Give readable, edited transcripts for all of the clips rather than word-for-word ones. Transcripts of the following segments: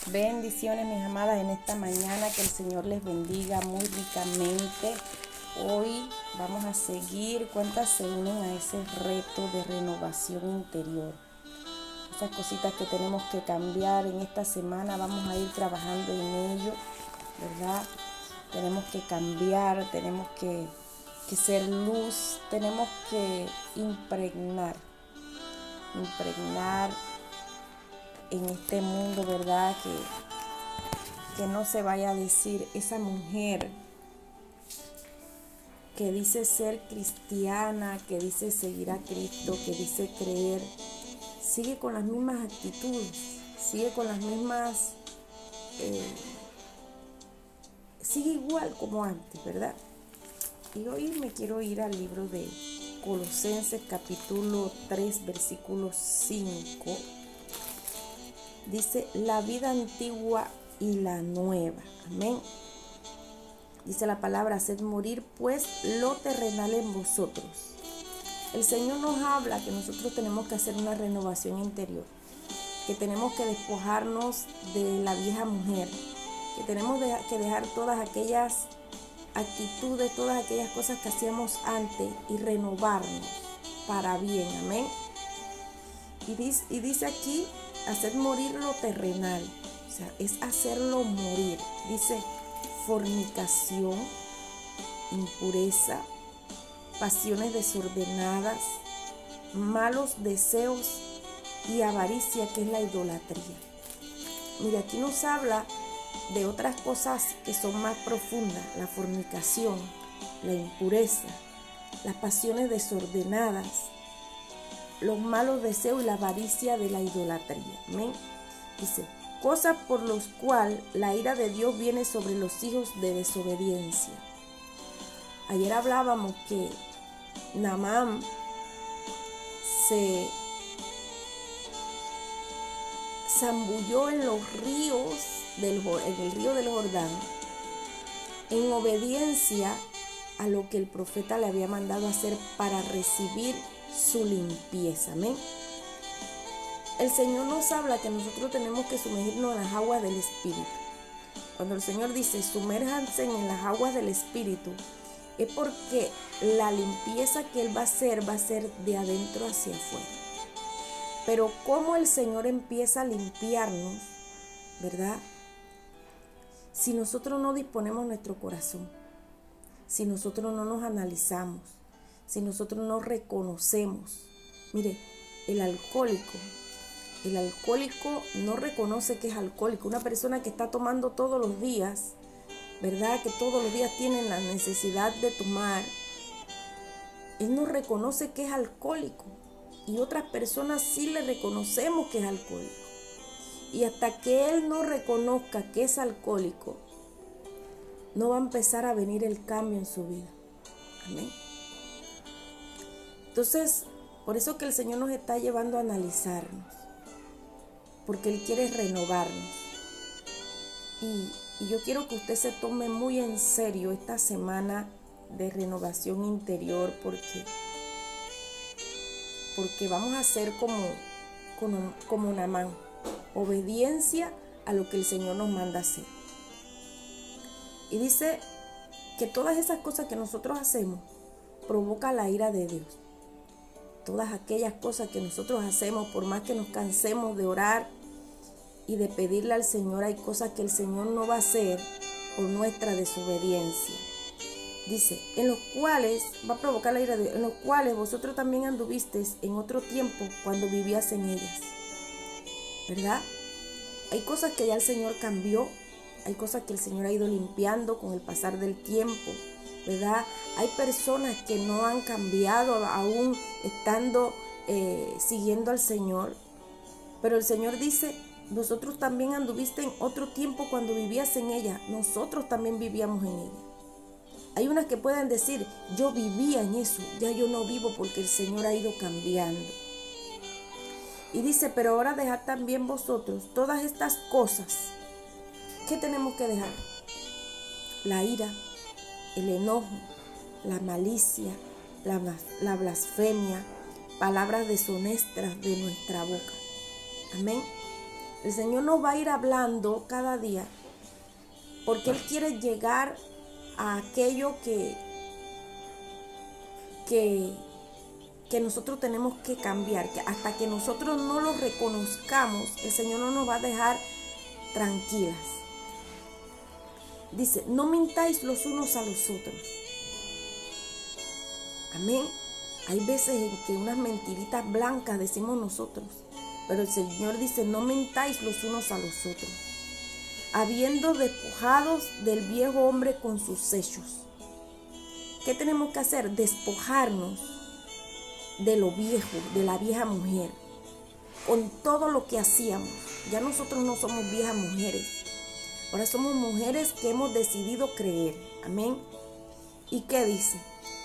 Bendiciones, mis amadas, en esta mañana. Que el Señor les bendiga muy ricamente. Hoy vamos a seguir. ¿Cuántas se unen a ese reto de renovación interior? Esas cositas que tenemos que cambiar en esta semana, vamos a ir trabajando en ello, ¿verdad? Tenemos que cambiar, tenemos que ser luz, tenemos que impregnar en este mundo, ¿verdad? Que no se vaya a decir esa mujer que dice ser cristiana, que dice seguir a Cristo, que dice creer, sigue con las mismas actitudes, sigue con las mismas, sigue igual como antes, ¿verdad? Y hoy me quiero ir al libro de Colosenses capítulo 3, versículo 5. Dice, la vida antigua y la nueva. Amén. Dice la palabra, haced morir pues lo terrenal en vosotros. El Señor nos habla que nosotros tenemos que hacer una renovación interior, que tenemos que despojarnos de la vieja mujer, que tenemos que dejar todas aquellas actitudes, todas aquellas cosas que hacíamos antes y renovarnos para bien. Amén. Y dice aquí, hacer morir lo terrenal, o sea, es hacerlo morir. Dice fornicación, impureza, pasiones desordenadas, malos deseos y avaricia, que es la idolatría. Mira, aquí nos habla de otras cosas que son más profundas: la fornicación, la impureza, las pasiones desordenadas, los malos deseos y la avaricia de la idolatría. Amén. Dice, cosas por los cuales la ira de Dios viene sobre los hijos de desobediencia. Ayer hablábamos que Naamán se zambulló en los ríos en el río del Jordán en obediencia a lo que el profeta le había mandado hacer para recibir su limpieza. Amén. El Señor nos habla que nosotros tenemos que sumergirnos en las aguas del Espíritu. Cuando el Señor dice sumérjanse en las aguas del Espíritu, es porque la limpieza que Él va a ser de adentro hacia afuera. Pero cómo el Señor empieza a limpiarnos, ¿verdad? Si nosotros no disponemos nuestro corazón, si nosotros no nos analizamos, si nosotros no reconocemos. Mire, el alcohólico no reconoce que es alcohólico. Una persona que está tomando todos los días, ¿verdad? Que todos los días tienen la necesidad de tomar, él no reconoce que es alcohólico. Y otras personas sí le reconocemos que es alcohólico. Y hasta que él no reconozca que es alcohólico, no va a empezar a venir el cambio en su vida. Amén. Entonces, por eso que el Señor nos está llevando a analizarnos, porque Él quiere renovarnos. Y yo quiero que usted se tome muy en serio esta semana de renovación interior, porque vamos a hacer como Naamán, obediencia a lo que el Señor nos manda hacer. Y dice que todas esas cosas que nosotros hacemos provoca la ira de Dios. Todas aquellas cosas que nosotros hacemos, por más que nos cansemos de orar y de pedirle al Señor, hay cosas que el Señor no va a hacer por nuestra desobediencia. Dice, en los cuales va a provocar la ira de Dios, en los cuales vosotros también anduvisteis en otro tiempo cuando vivías en ellas. ¿Verdad? Hay cosas que ya el Señor cambió, hay cosas que el Señor ha ido limpiando con el pasar del tiempo, ¿verdad? Hay personas que no han cambiado aún estando siguiendo al Señor, pero el Señor dice, vosotros también anduviste en otro tiempo cuando vivías en ella. Nosotros también vivíamos en ella. Hay unas que pueden decir, yo vivía en eso, ya yo no vivo porque el Señor ha ido cambiando. Y dice, pero ahora dejad también vosotros todas estas cosas. ¿Qué tenemos que dejar? La ira, el enojo, la malicia, la blasfemia, palabras deshonestas de nuestra boca. Amén. El Señor nos va a ir hablando cada día porque Él quiere llegar a aquello que nosotros tenemos que cambiar, que hasta que nosotros no lo reconozcamos, el Señor no nos va a dejar tranquilas. Dice, no mintáis los unos a los otros. Amén. Hay veces en que unas mentiritas blancas decimos nosotros, pero el Señor dice, no mintáis los unos a los otros, habiendo despojados del viejo hombre con sus hechos. ¿Qué tenemos que hacer? Despojarnos de lo viejo, de la vieja mujer, con todo lo que hacíamos. Ya nosotros no somos viejas mujeres, ahora somos mujeres que hemos decidido creer. Amén. ¿Y qué dice?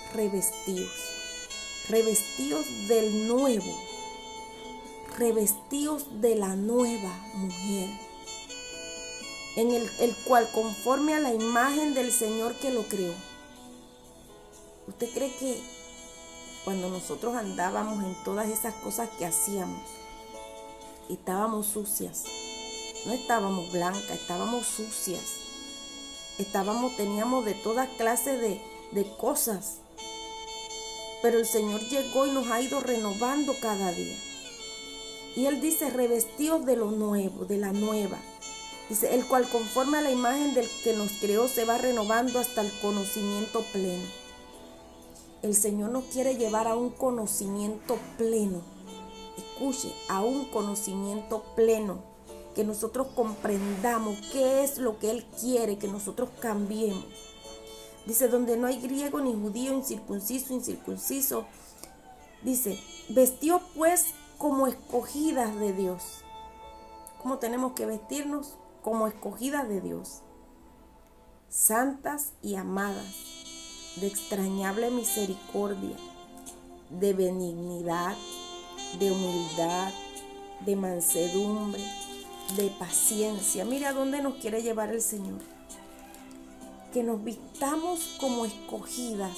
Revestidos del nuevo, revestidos de la nueva mujer, en el cual conforme a la imagen del Señor que lo creó. ¿Usted cree que cuando nosotros andábamos en todas esas cosas que hacíamos, estábamos sucias? No estábamos blancas, estábamos sucias. Teníamos de todas clases de cosas. Pero el Señor llegó y nos ha ido renovando cada día. Y Él dice, revestidos de lo nuevo, de la nueva. Dice, el cual conforme a la imagen del que nos creó se va renovando hasta el conocimiento pleno. El Señor nos quiere llevar a un conocimiento pleno. Escuche, a un conocimiento pleno. Que nosotros comprendamos qué es lo que Él quiere, que nosotros cambiemos. Dice, donde no hay griego ni judío, incircunciso. Dice, vestidos pues como escogidas de Dios. ¿Cómo tenemos que vestirnos? Como escogidas de Dios. Santas y amadas, de extrañable misericordia, de benignidad, de humildad, de mansedumbre, de paciencia. Mira a dónde nos quiere llevar el Señor. Que nos vistamos como escogidas,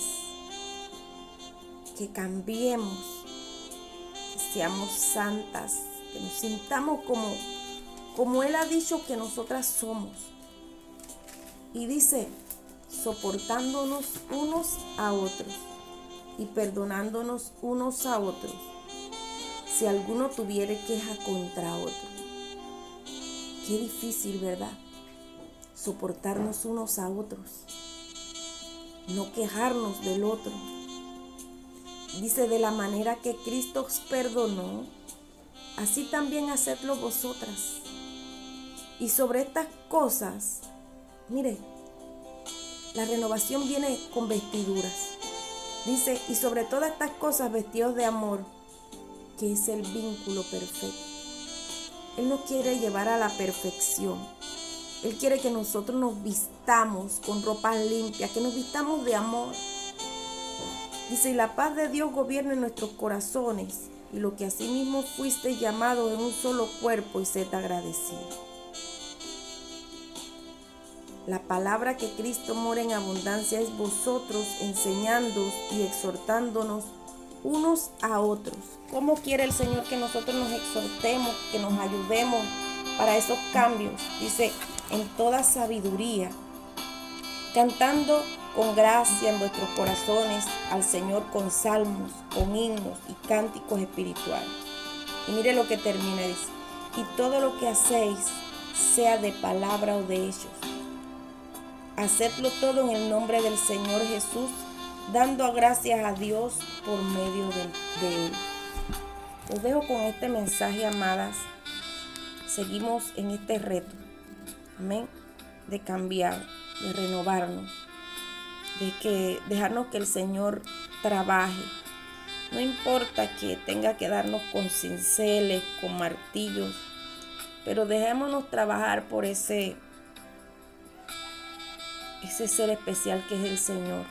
que cambiemos, que seamos santas, que nos sintamos como Él ha dicho que nosotras somos. Y dice, soportándonos unos a otros y perdonándonos unos a otros, si alguno tuviere queja contra otro. Qué difícil, ¿verdad? Soportarnos unos a otros, no quejarnos del otro. Dice, de la manera que Cristo os perdonó, así también hacedlo vosotras. Y sobre estas cosas, mire, la renovación viene con vestiduras. Dice, y sobre todas estas cosas vestidos de amor, que es el vínculo perfecto. Él nos quiere llevar a la perfección. Él quiere que nosotros nos vistamos con ropas limpias, que nos vistamos de amor. Dice, y la paz de Dios gobierna en nuestros corazones, y lo que asimismo fuiste llamado en un solo cuerpo, y sed agradecido. La palabra que Cristo mora en abundancia es vosotros enseñándoos y exhortándonos unos a otros. ¿Cómo quiere el Señor que nosotros nos exhortemos, que nos ayudemos para esos cambios? Dice, en toda sabiduría, cantando con gracia en vuestros corazones al Señor con salmos, con himnos y cánticos espirituales. Y mire lo que termina, dice, y todo lo que hacéis, sea de palabra o de hechos, hacedlo todo en el nombre del Señor Jesús, dando gracias a Dios por medio de Él. Los dejo con este mensaje, amadas. Seguimos en este reto, amén, de cambiar, de renovarnos, de dejarnos que el Señor trabaje. No importa que tenga que darnos con cinceles, con martillos, pero dejémonos trabajar por ese ser especial que es el Señor.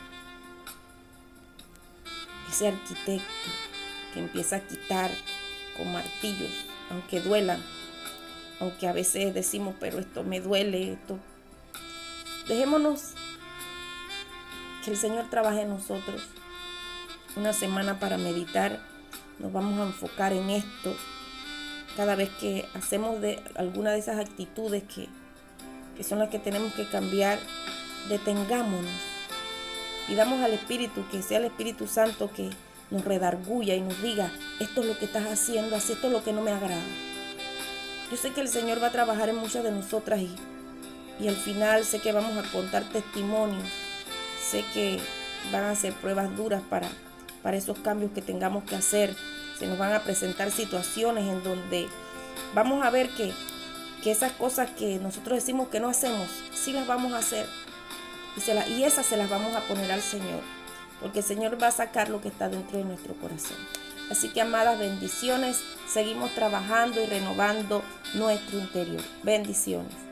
Ese arquitecto que empieza a quitar con martillos, aunque duelan, aunque a veces decimos, pero esto me duele, esto. Dejémonos que el Señor trabaje en nosotros. Una semana para meditar, nos vamos a enfocar en esto, cada vez que hacemos de alguna de esas actitudes que son las que tenemos que cambiar, detengámonos. Pidamos al Espíritu, que sea el Espíritu Santo que nos redarguya y nos diga, esto es lo que estás haciendo, así esto es lo que no me agrada. Yo sé que el Señor va a trabajar en muchas de nosotras y al final sé que vamos a contar testimonios. Sé que van a ser pruebas duras para esos cambios que tengamos que hacer. Se nos van a presentar situaciones en donde vamos a ver que esas cosas que nosotros decimos que no hacemos, sí las vamos a hacer. Y esas se las vamos a poner al Señor, porque el Señor va a sacar lo que está dentro de nuestro corazón. Así que, amadas, bendiciones. Seguimos trabajando y renovando nuestro interior. Bendiciones.